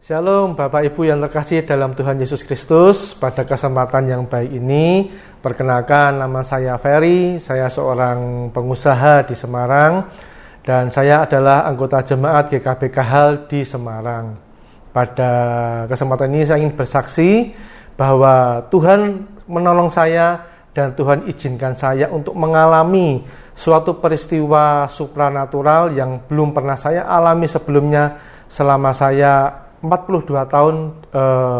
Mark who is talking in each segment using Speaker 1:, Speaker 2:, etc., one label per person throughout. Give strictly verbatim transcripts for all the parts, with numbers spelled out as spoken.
Speaker 1: Shalom Bapak Ibu yang terkasih dalam Tuhan Yesus Kristus. Pada kesempatan yang baik ini, perkenalkan nama saya Ferry. Saya seorang pengusaha di Semarang dan saya adalah anggota jemaat G K B K H A L di Semarang. Pada kesempatan ini saya ingin bersaksi bahwa Tuhan menolong saya dan Tuhan izinkan saya untuk mengalami suatu peristiwa supranatural yang belum pernah saya alami sebelumnya selama saya empat puluh dua tahun eh,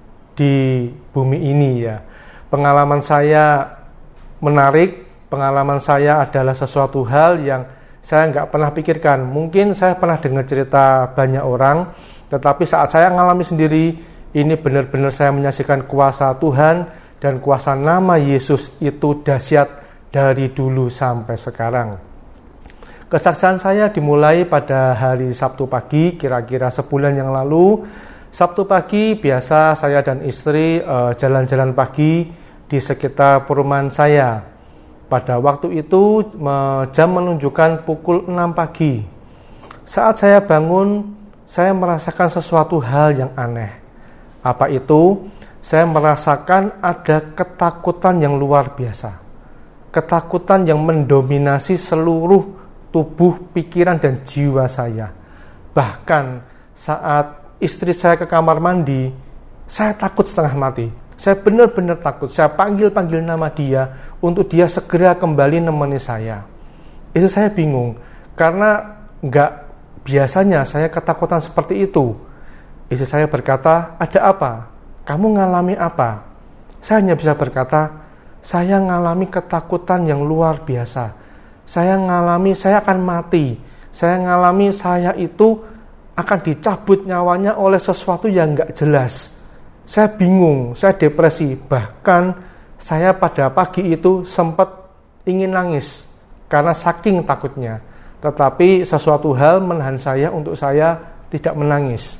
Speaker 1: di bumi ini ya. Pengalaman saya menarik, pengalaman saya adalah sesuatu hal yang saya nggak pernah pikirkan. Mungkin saya pernah dengar cerita banyak orang, tetapi saat saya mengalami sendiri, ini benar-benar saya menyaksikan kuasa Tuhan dan kuasa nama Yesus itu dahsyat dari dulu sampai sekarang. Kesaksian saya dimulai pada hari Sabtu pagi, kira-kira sebulan yang lalu. Sabtu pagi biasa saya dan istri uh, jalan-jalan pagi di sekitar perumahan saya. Pada waktu itu uh, jam menunjukkan pukul enam pagi. Saat saya bangun, saya merasakan sesuatu hal yang aneh. Apa itu? Saya merasakan ada ketakutan yang luar biasa. Ketakutan yang mendominasi seluruh tubuh, pikiran, dan jiwa saya. Bahkan saat istri saya ke kamar mandi, saya takut setengah mati. Saya benar-benar takut. Saya panggil-panggil nama dia untuk dia segera kembali nemeni saya. Itu saya bingung, karena nggak biasanya saya ketakutan seperti itu. Istri saya berkata, ada apa? Kamu ngalami apa? Saya hanya bisa berkata, saya ngalami ketakutan yang luar biasa. Saya ngalami saya akan mati. Saya ngalami saya itu akan dicabut nyawanya oleh sesuatu yang nggak jelas. Saya bingung, saya depresi. Bahkan saya pada pagi itu sempat ingin nangis karena saking takutnya. Tetapi sesuatu hal menahan saya untuk saya tidak menangis.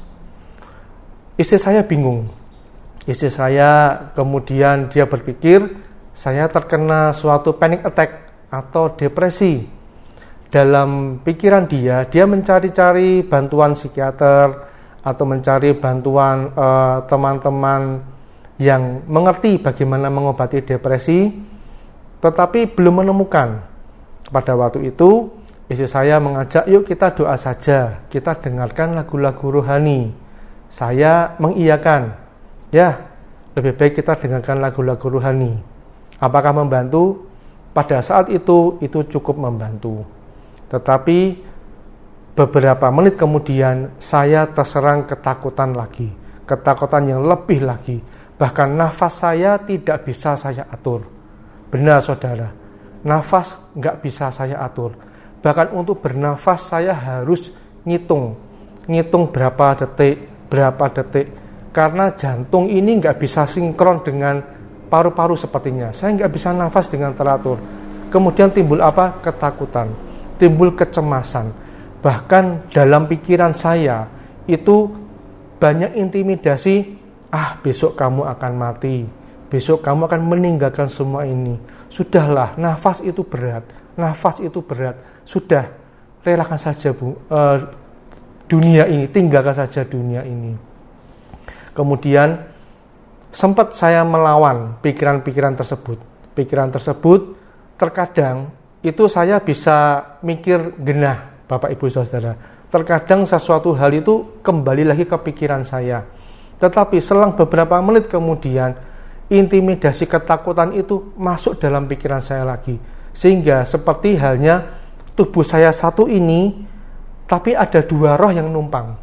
Speaker 1: Istri saya bingung. Istri saya kemudian dia berpikir saya terkena suatu panic attack atau depresi. Dalam pikiran dia, dia mencari-cari bantuan psikiater atau mencari bantuan uh, teman-teman yang mengerti bagaimana mengobati depresi, tetapi belum menemukan. Pada waktu itu, istri saya mengajak, yuk kita doa saja, kita dengarkan lagu-lagu rohani. Saya mengiyakan, ya lebih baik kita dengarkan lagu-lagu rohani. Apakah membantu? Pada saat itu, itu cukup membantu. Tetapi beberapa menit kemudian, saya terserang ketakutan lagi. Ketakutan yang lebih lagi. Bahkan nafas saya tidak bisa saya atur. Benar saudara, nafas nggak bisa saya atur. Bahkan untuk bernafas saya harus ngitung. Ngitung berapa detik, berapa detik. Karena jantung ini nggak bisa sinkron dengan paru-paru sepertinya. Saya nggak bisa nafas dengan teratur. Kemudian timbul apa? Ketakutan. Timbul kecemasan. Bahkan dalam pikiran saya itu banyak intimidasi. Ah, besok kamu akan mati. Besok kamu akan meninggalkan semua ini. Sudahlah, nafas itu berat. Nafas itu berat. Sudah, relakan saja bu, uh, dunia ini. Tinggalkan saja dunia ini. Kemudian sempat saya melawan pikiran-pikiran tersebut. Pikiran tersebut terkadang itu saya bisa mikir genah, Bapak Ibu Saudara. Terkadang sesuatu hal itu kembali lagi ke pikiran saya. Tetapi selang beberapa menit kemudian, intimidasi ketakutan itu masuk dalam pikiran saya lagi. Sehingga seperti halnya tubuh saya satu ini, tapi ada dua roh yang numpang.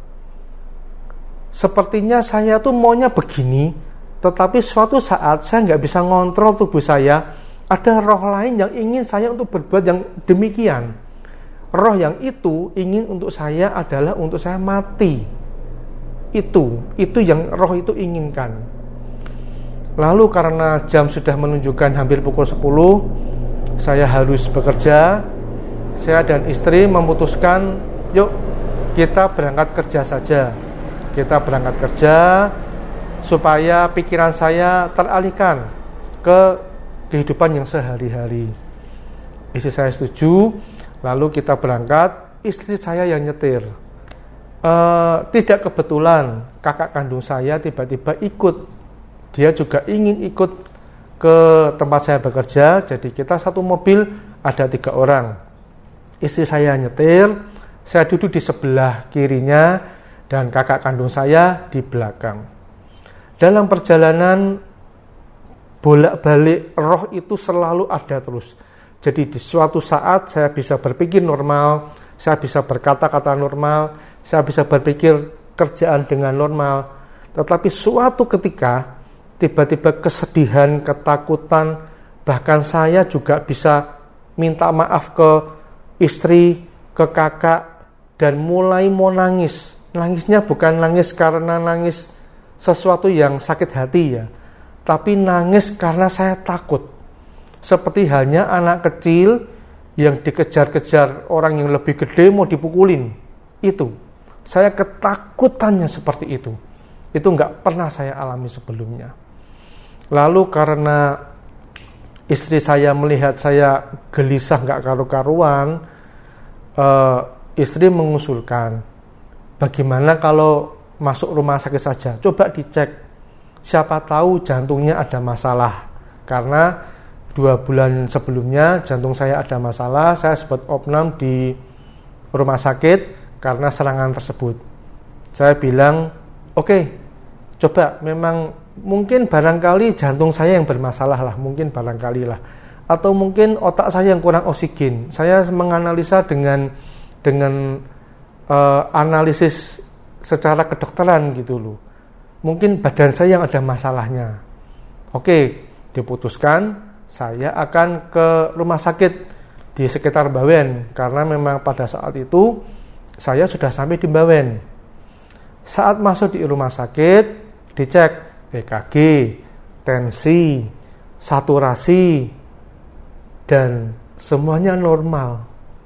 Speaker 1: Sepertinya saya tuh maunya begini, tetapi suatu saat saya nggak bisa ngontrol tubuh saya, ada roh lain yang ingin saya untuk berbuat yang demikian. Roh yang itu ingin untuk saya adalah untuk saya mati. Itu, itu yang roh itu inginkan. Lalu karena jam sudah menunjukkan hampir pukul sepuluh, saya harus bekerja. Saya dan istri memutuskan, yuk kita berangkat kerja saja. Kita berangkat kerja, supaya pikiran saya teralihkan ke kehidupan yang sehari-hari. Istri saya setuju, lalu kita berangkat, istri saya yang nyetir. Uh, tidak kebetulan kakak kandung saya tiba-tiba ikut. Dia juga ingin ikut ke tempat saya bekerja. Jadi kita satu mobil, ada tiga orang. Istri saya nyetir, saya duduk di sebelah kirinya, dan kakak kandung saya di belakang. Dalam perjalanan bolak-balik roh itu selalu ada terus. Jadi di suatu saat saya bisa berpikir normal, saya bisa berkata-kata normal, saya bisa berpikir kerjaan dengan normal. Tetapi suatu ketika tiba-tiba kesedihan, ketakutan, bahkan saya juga bisa minta maaf ke istri, ke kakak, dan mulai mau nangis. Nangisnya bukan nangis karena nangis sesuatu yang sakit hati ya, tapi nangis karena saya takut. Seperti halnya anak kecil yang dikejar-kejar orang yang lebih gede mau dipukulin. Itu saya ketakutannya seperti itu. Itu nggak pernah saya alami sebelumnya. Lalu karena istri saya melihat saya gelisah nggak karu-karuan, uh, istri mengusulkan, bagaimana kalau masuk rumah sakit saja? Coba dicek, siapa tahu jantungnya ada masalah. Karena dua bulan sebelumnya jantung saya ada masalah, saya sempat opnam di rumah sakit karena serangan tersebut. Saya bilang, oke, okay, coba memang mungkin barangkali jantung saya yang bermasalah lah, mungkin barangkali lah. Atau mungkin otak saya yang kurang oksigen. Saya menganalisa dengan dengan uh, analisis secara kedokteran gitu loh. Mungkin badan saya yang ada masalahnya. Oke, okay, diputuskan saya akan ke rumah sakit di sekitar Bawen, karena memang pada saat itu saya sudah sampai di Bawen. Saat masuk di rumah sakit, dicek E K G, tensi, saturasi, dan semuanya normal.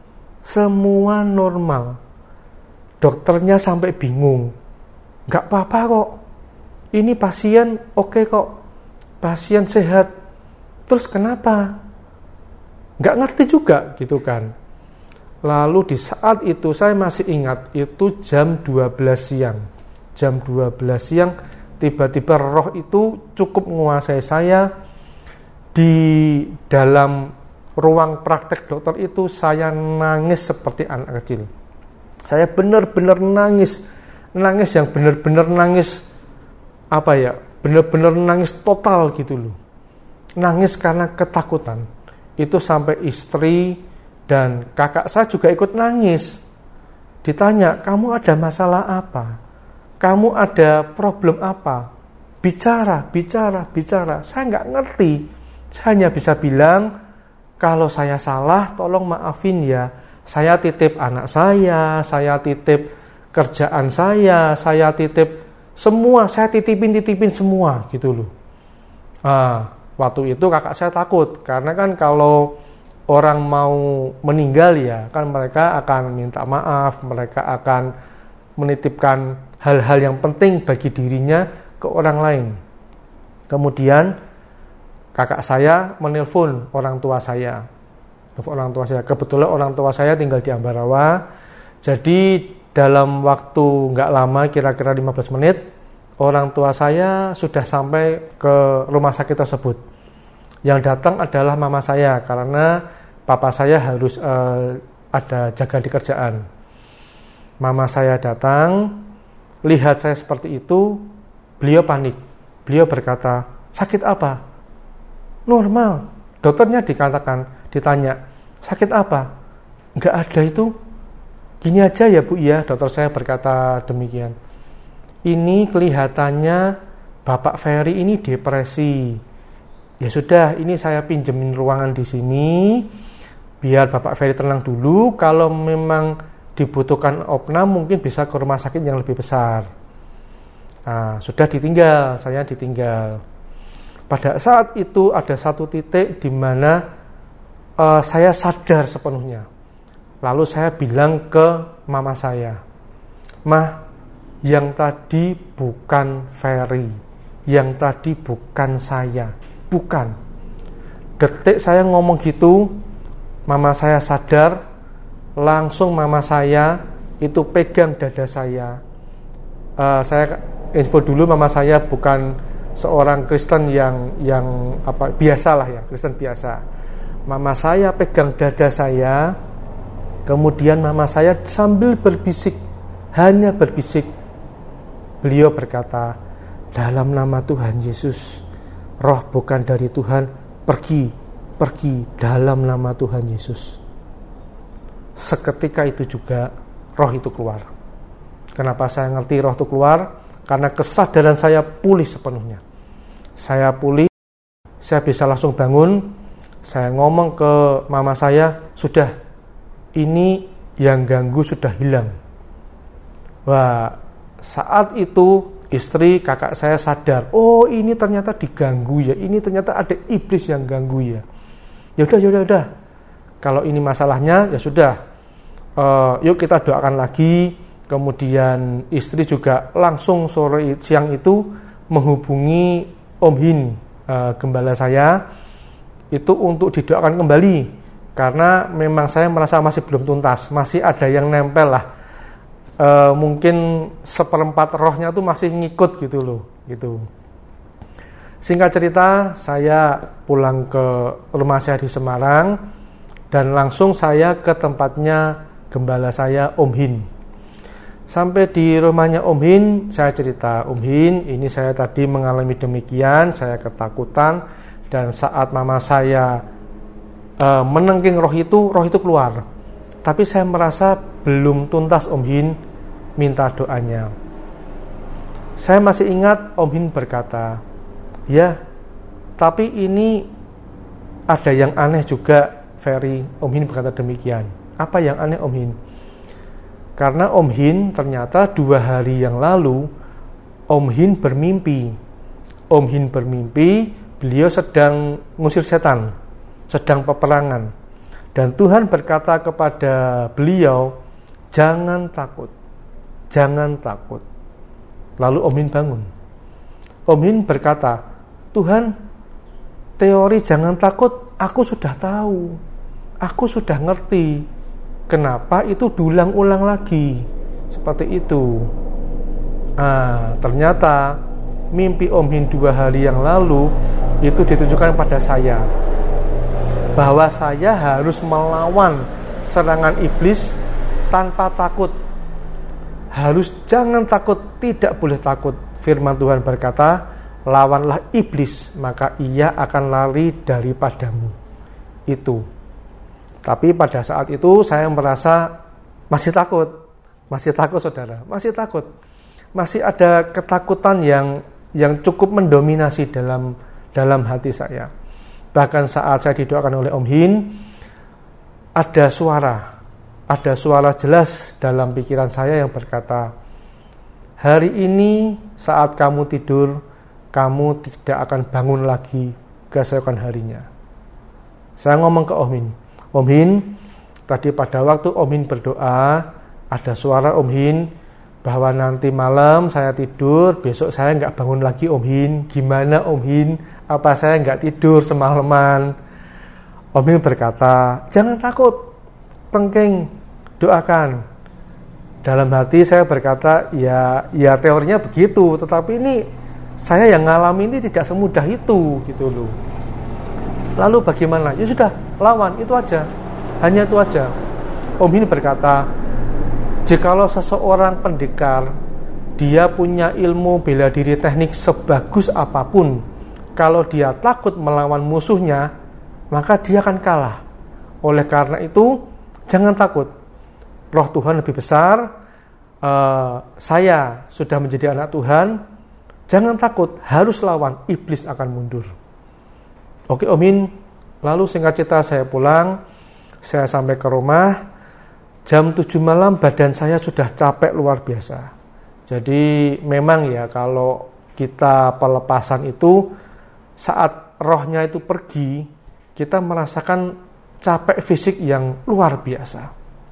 Speaker 1: Semua normal. Dokternya sampai bingung. Nggak apa-apa kok. Ini pasien oke kok. Pasien sehat. Terus kenapa? Nggak ngerti juga gitu kan. Lalu di saat itu saya masih ingat, itu jam dua belas siang. Jam dua belas siang tiba-tiba roh itu cukup menguasai saya. Di dalam ruang praktek dokter itu saya nangis seperti anak kecil. Saya benar-benar nangis. Nangis yang benar-benar nangis apa ya? Benar-benar nangis total gitu loh. Nangis karena ketakutan. Itu sampai istri dan kakak saya juga ikut nangis. Ditanya, kamu ada masalah apa? Kamu ada problem apa? Bicara, bicara, bicara. Saya nggak ngerti. Saya hanya bisa bilang, kalau saya salah, tolong maafin ya. Saya titip anak saya, saya titip kerjaan saya, saya titip semua, saya titipin-titipin semua gitu loh. Nah, waktu itu kakak saya takut, karena kan kalau orang mau meninggal ya, kan mereka akan minta maaf, mereka akan menitipkan hal-hal yang penting bagi dirinya ke orang lain. Kemudian kakak saya menelpon orang tua saya. Orang tua saya, kebetulan orang tua saya tinggal di Ambarawa. Jadi dalam waktu nggak lama, kira-kira lima belas menit, orang tua saya sudah sampai ke rumah sakit tersebut. Yang datang adalah mama saya, karena papa saya harus uh, ada jaga di kerjaan. Mama saya datang, lihat saya seperti itu, beliau panik. Beliau berkata, sakit apa? Normal. Dokternya dikatakan, ditanya, sakit apa? Enggak ada itu. Gini aja ya Bu ya, dokter saya berkata demikian. Ini kelihatannya Bapak Ferry ini depresi. Ya sudah, ini saya pinjemin ruangan di sini, biar Bapak Ferry tenang dulu. Kalau memang dibutuhkan opnam, mungkin bisa ke rumah sakit yang lebih besar. Nah, sudah ditinggal, saya ditinggal. Pada saat itu ada satu titik di mana uh, saya sadar sepenuhnya. Lalu saya bilang ke mama saya, "Mah, yang tadi bukan Ferry, yang tadi bukan saya, bukan." Detik saya ngomong gitu, mama saya sadar, langsung mama saya itu pegang dada saya. Uh, saya info dulu, mama saya bukan seorang Kristen yang yang apa biasa lah ya, Kristen biasa. Mama saya pegang dada saya, kemudian mama saya sambil berbisik, hanya berbisik, beliau berkata, dalam nama Tuhan Yesus, roh bukan dari Tuhan, pergi, pergi dalam nama Tuhan Yesus. Seketika itu juga roh itu keluar. Kenapa saya ngerti roh itu keluar? Karena kesadaran saya pulih sepenuhnya. Saya pulih, saya bisa langsung bangun. Saya ngomong ke mama saya, sudah, ini yang ganggu sudah hilang. Wah, saat itu istri kakak saya sadar, oh ini ternyata diganggu ya, ini ternyata ada iblis yang ganggu ya. Ya udah, ya udah, udah. Kalau ini masalahnya, ya sudah. Uh, yuk kita doakan lagi. Kemudian istri juga langsung sore siang itu menghubungi Om Hin, uh, gembala saya, itu untuk didoakan kembali. Karena memang saya merasa masih belum tuntas, masih ada yang nempel lah. Uh, mungkin seperempat rohnya tuh masih ngikut gitu loh, gitu. Singkat cerita, saya pulang ke rumah saya di Semarang dan langsung saya ke tempatnya gembala saya, Om Hin. Sampai di rumahnya Om Hin, saya cerita, Om Hin, ini saya tadi mengalami demikian, saya ketakutan, dan saat mama saya uh, menengking roh itu, roh itu keluar. Tapi saya merasa belum tuntas Om Hin minta doanya. Saya masih ingat Om Hin berkata, ya, tapi ini ada yang aneh juga, Ferry. Om Hin berkata demikian. Apa yang aneh, Om Hin? Karena Om Hin ternyata dua hari yang lalu Om Hin bermimpi. Om Hin bermimpi beliau sedang ngusir setan, sedang peperangan. Dan Tuhan berkata kepada beliau, jangan takut, jangan takut. Lalu Om Hin bangun. Om Hin berkata, Tuhan, teori jangan takut aku sudah tahu, aku sudah ngerti. Kenapa itu diulang-ulang lagi? Seperti itu. Nah, ternyata mimpi Om Hin dua hari yang lalu itu ditujukan pada saya, bahwa saya harus melawan serangan iblis tanpa takut. Harus jangan takut, tidak boleh takut. Firman Tuhan berkata, lawanlah iblis, maka ia akan lari daripadamu. Itu. Tapi pada saat itu saya merasa masih takut. Masih takut, saudara. Masih takut. Masih ada ketakutan yang yang cukup mendominasi dalam dalam hati saya. Bahkan saat saya didoakan oleh Om Hin, ada suara. Ada suara jelas dalam pikiran saya yang berkata, hari ini saat kamu tidur, kamu tidak akan bangun lagi keesokan harinya. Saya ngomong ke Om Hin, Om Hin, tadi pada waktu Om Hin berdoa, ada suara Om Hin, bahwa nanti malam saya tidur, besok saya nggak bangun lagi Om Hin. Gimana Om Hin? Apa saya nggak tidur semalaman? Om Hin berkata, jangan takut, tengking, doakan. Dalam hati saya berkata, ya, ya teorinya begitu, tetapi ini saya yang ngalami ini tidak semudah itu, gitu loh. Lalu bagaimana? Ya sudah, lawan, itu aja. Hanya itu aja. Om Hin berkata, jikalau seseorang pendekar, dia punya ilmu bela diri teknik sebagus apapun, kalau dia takut melawan musuhnya, maka dia akan kalah. Oleh karena itu, jangan takut. Roh Tuhan lebih besar, uh, saya sudah menjadi anak Tuhan, jangan takut, harus lawan, iblis akan mundur. Oke Om Hin, lalu singkat cerita saya pulang, saya sampai ke rumah, jam tujuh malam badan saya sudah capek luar biasa. Jadi memang ya kalau kita pelepasan itu, saat rohnya itu pergi, kita merasakan capek fisik yang luar biasa.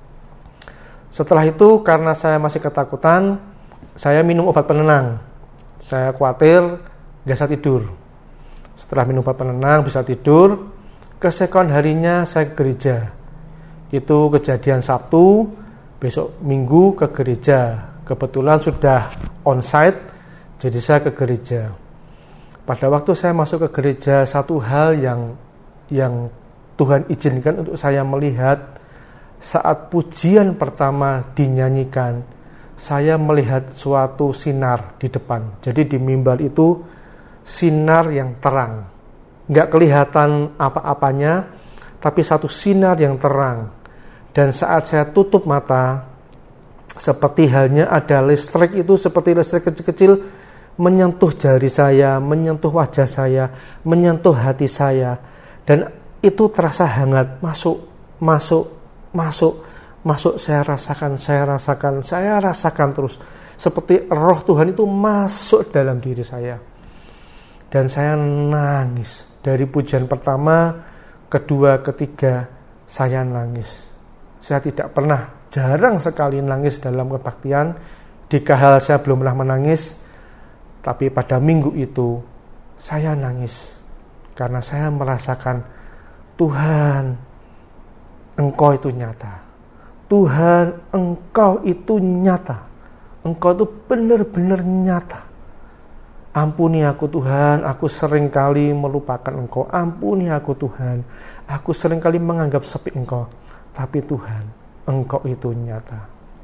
Speaker 1: Setelah itu karena saya masih ketakutan, saya minum obat penenang. Saya khawatir gak bisa tidur. Setelah minum obat penenang bisa tidur, keesokan harinya saya ke gereja. Itu kejadian Sabtu, besok Minggu ke gereja. Kebetulan sudah onsite, jadi saya ke gereja. Pada waktu saya masuk ke gereja, satu hal yang yang Tuhan izinkan untuk saya melihat saat pujian pertama dinyanyikan, saya melihat suatu sinar di depan. Jadi di mimbar itu sinar yang terang. Nggak kelihatan apa-apanya, tapi satu sinar yang terang. Dan saat saya tutup mata, seperti halnya ada listrik itu, seperti listrik kecil-kecil, menyentuh jari saya, menyentuh wajah saya, menyentuh hati saya. Dan itu terasa hangat, masuk, masuk, masuk, masuk, saya rasakan, saya rasakan, saya rasakan terus. Seperti roh Tuhan itu masuk dalam diri saya. Dan saya nangis. Dari pujian pertama, kedua, ketiga, saya nangis. Saya tidak pernah, jarang sekali nangis dalam kebaktian. Di K H L saya belum pernah menangis, tapi pada minggu itu, saya nangis. Karena saya merasakan, Tuhan, Engkau itu nyata. Tuhan, Engkau itu nyata. Engkau itu benar-benar nyata. Ampuni aku Tuhan, aku seringkali melupakan Engkau. Ampuni aku Tuhan, aku seringkali menganggap sepi Engkau. Tapi Tuhan, Engkau itu nyata.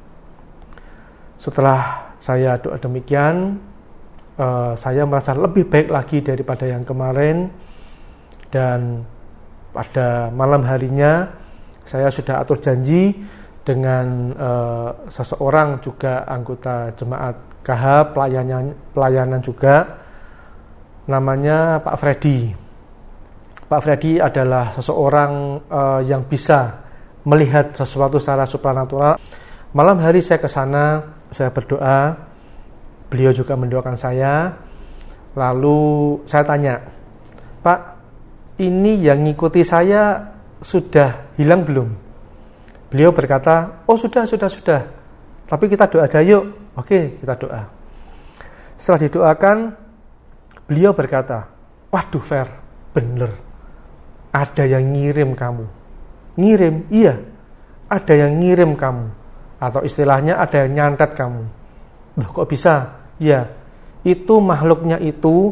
Speaker 1: Setelah saya doa demikian, uh, saya merasa lebih baik lagi daripada yang kemarin. Dan pada malam harinya, saya sudah atur janji dengan uh, seseorang juga anggota jemaat K H pelayanan pelayanan juga, namanya Pak Freddy. Pak Freddy adalah seseorang uh, yang bisa melihat sesuatu secara supranatural. Malam hari saya ke sana, saya berdoa, beliau juga mendoakan saya. Lalu saya tanya, Pak, ini yang ngikuti saya sudah hilang belum? Beliau berkata, oh sudah, sudah, sudah. Tapi kita doa aja yuk. Oke, kita doa. Setelah didoakan, beliau berkata, waduh Fer, bener. Ada yang ngirim kamu. Ngirim? Iya. Ada yang ngirim kamu. Atau istilahnya ada yang nyantet kamu. Loh kok bisa? Iya. Itu makhluknya itu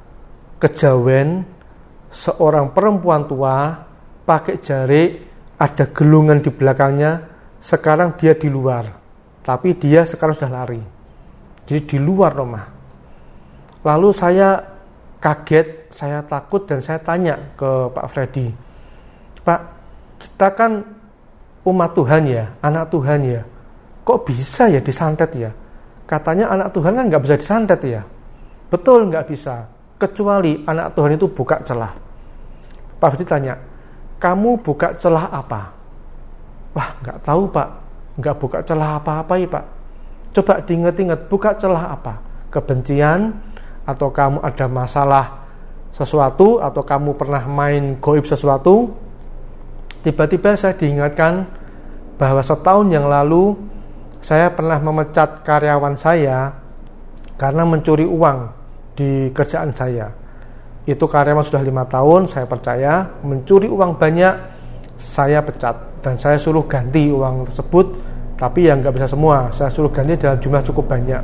Speaker 1: kejawen, seorang perempuan tua, pakai jari, ada gelungan di belakangnya, sekarang dia di luar. Tapi dia sekarang sudah lari. Jadi di luar rumah. Lalu saya kaget, saya takut, dan saya tanya ke Pak Freddy, Pak, kita kan umat Tuhan ya, anak Tuhan ya, kok bisa ya disantet ya? Katanya anak Tuhan kan nggak bisa disantet ya? Betul, nggak bisa. Kecuali anak Tuhan itu buka celah. Pak Freddy tanya, kamu buka celah apa? Wah, nggak tahu Pak, nggak buka celah apa-apa ya Pak. Coba diinget-inget, buka celah apa? Kebencian, atau kamu ada masalah sesuatu, atau kamu pernah main goib sesuatu? Tiba-tiba saya diingatkan bahwa setahun yang lalu saya pernah memecat karyawan saya karena mencuri uang di kerjaan saya. Itu karyawan sudah lima tahun, saya percaya, mencuri uang banyak, saya pecat. Dan saya suruh ganti uang tersebut, tapi yang nggak bisa semua, saya suruh ganti dalam jumlah cukup banyak.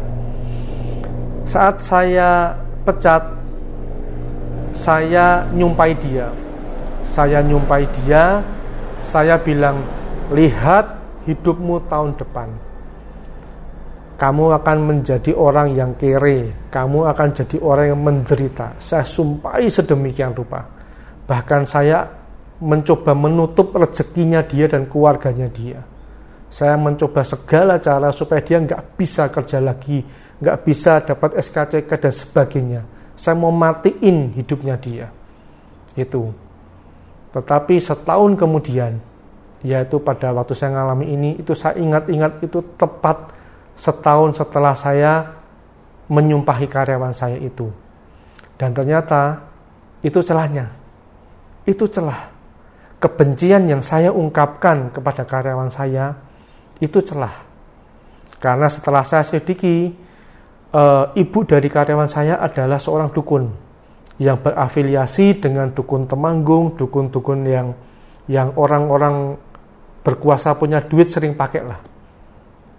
Speaker 1: Saat saya pecat, saya nyumpai dia. Saya nyumpai dia, saya bilang, lihat hidupmu tahun depan. Kamu akan menjadi orang yang kere, kamu akan jadi orang yang menderita. Saya sumpahi sedemikian rupa. Bahkan saya mencoba menutup rezekinya dia dan keluarganya dia. Saya mencoba segala cara supaya dia nggak bisa kerja lagi, nggak bisa dapat S K C K dan sebagainya. Saya mau matiin hidupnya dia. Itu. Tetapi setahun kemudian, yaitu pada waktu saya mengalami ini, itu saya ingat-ingat itu tepat setahun setelah saya menyumpahi karyawan saya itu. Dan ternyata itu celahnya. Itu celah. Kebencian yang saya ungkapkan kepada karyawan saya, itu celah. Karena setelah saya selidiki, e, ibu dari karyawan saya adalah seorang dukun yang berafiliasi dengan dukun Temanggung, dukun-dukun yang yang orang-orang berkuasa punya duit sering pakai lah.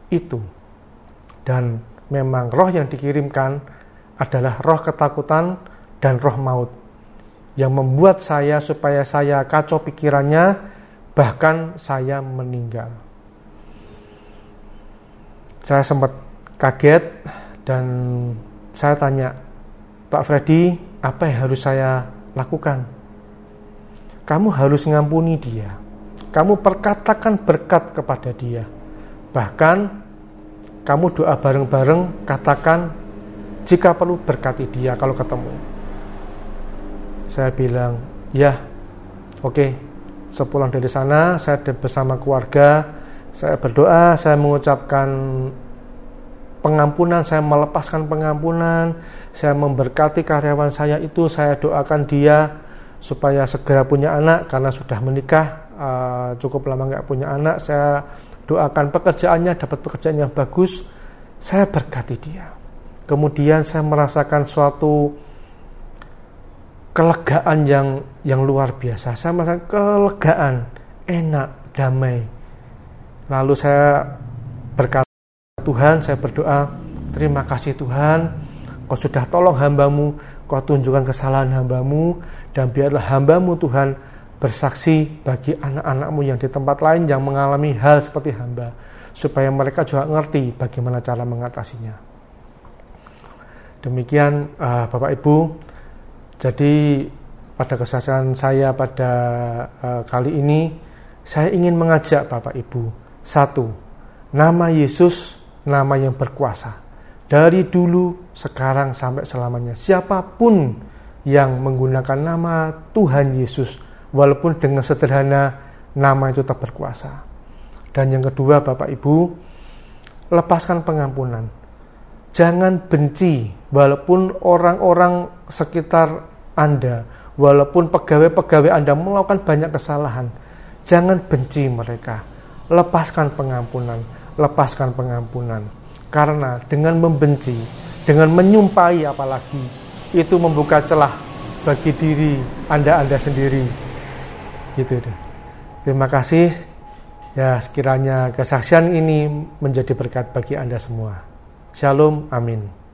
Speaker 1: itu. Dan memang roh yang dikirimkan adalah roh ketakutan dan roh maut, yang membuat saya supaya saya kacau pikirannya, bahkan saya meninggal. Saya sempat kaget dan saya tanya, Pak Freddy, apa yang harus saya lakukan? Kamu harus ngampuni dia. Kamu perkatakan berkat kepada dia. Bahkan kamu doa bareng-bareng, katakan jika perlu berkati dia kalau ketemu. Saya bilang, ya, oke. Okay. Sepulang dari sana, saya bersama keluarga, saya berdoa, saya mengucapkan pengampunan, saya melepaskan pengampunan, saya memberkati karyawan saya itu, saya doakan dia supaya segera punya anak karena sudah menikah, uh, cukup lama nggak punya anak. Saya doakan pekerjaannya, dapat pekerjaan yang bagus, saya berkati dia. Kemudian saya merasakan suatu kelegaan yang yang luar biasa. Saya merasakan kelegaan, enak, damai. Lalu saya berkata, Tuhan, saya berdoa, terima kasih Tuhan, Kau sudah tolong hambamu, Kau tunjukkan kesalahan hambamu, dan biarlah hambamu Tuhan bersaksi bagi anak-anakmu yang di tempat lain yang mengalami hal seperti hamba, supaya mereka juga ngerti bagaimana cara mengatasinya. Demikian uh, Bapak Ibu, jadi pada kesaksian saya pada uh, kali ini, saya ingin mengajak Bapak Ibu, satu, nama Yesus, nama yang berkuasa. Dari dulu, sekarang, sampai selamanya. Siapapun yang menggunakan nama Tuhan Yesus, walaupun dengan sederhana, nama itu tetap berkuasa. Dan yang kedua, Bapak Ibu, lepaskan pengampunan. Jangan benci, walaupun orang-orang sekitar Anda, walaupun pegawai-pegawai Anda melakukan banyak kesalahan. Jangan benci mereka. Lepaskan pengampunan. Lepaskan pengampunan. Karena dengan membenci, dengan menyumpahi apalagi, itu membuka celah bagi diri Anda-Anda sendiri. Gitu deh. Terima kasih. Ya, sekiranya kesaksian ini menjadi berkat bagi Anda semua. Shalom, amin.